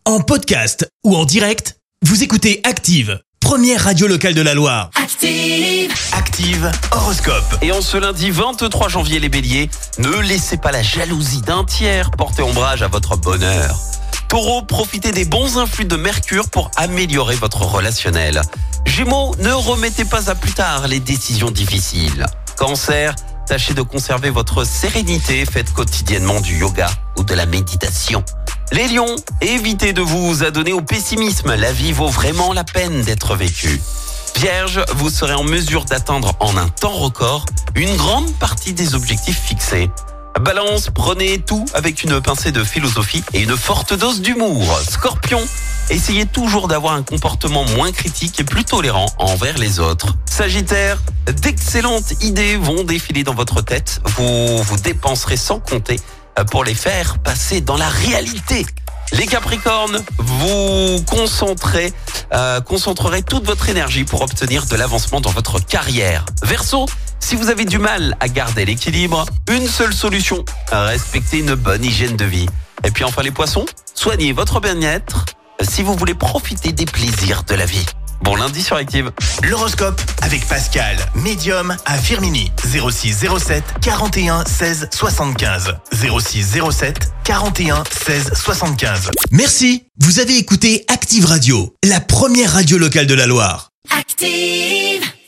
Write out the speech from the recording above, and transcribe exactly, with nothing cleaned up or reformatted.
En podcast ou en direct, vous écoutez Active, première radio locale de la Loire. Active, Active horoscope. Et en ce lundi vingt-trois janvier, les béliers, ne laissez pas la jalousie d'un tiers porter ombrage à votre bonheur. Taureau, profitez des bons influx de Mercure pour améliorer votre relationnel. Gémeaux, ne remettez pas à plus tard les décisions difficiles. Cancer, tâchez de conserver votre sérénité, faites quotidiennement du yoga ou de la méditation. Les lions, évitez de vous adonner au pessimisme, la vie vaut vraiment la peine d'être vécue. Vierge, vous serez en mesure d'atteindre en un temps record une grande partie des objectifs fixés. Balance, prenez tout avec une pincée de philosophie et une forte dose d'humour. Scorpion, essayez toujours d'avoir un comportement moins critique et plus tolérant envers les autres. Sagittaire, d'excellentes idées vont défiler dans votre tête. Vous vous dépenserez sans compter pour les faire passer dans la réalité. Les Capricornes, vous concentrez, euh, concentrerez toute votre énergie pour obtenir de l'avancement dans votre carrière. Verseau, si vous avez du mal à garder l'équilibre, une seule solution, respecter une bonne hygiène de vie. Et puis enfin les Poissons, soignez votre bien-être si vous voulez profiter des plaisirs de la vie. Bon lundi sur Active. L'horoscope avec Pascal, médium à Firmini. zéro six zéro sept quarante et un seize soixante-quinze. zéro six zéro sept quarante et un seize soixante-quinze. Merci, vous avez écouté Active Radio, la première radio locale de la Loire. active.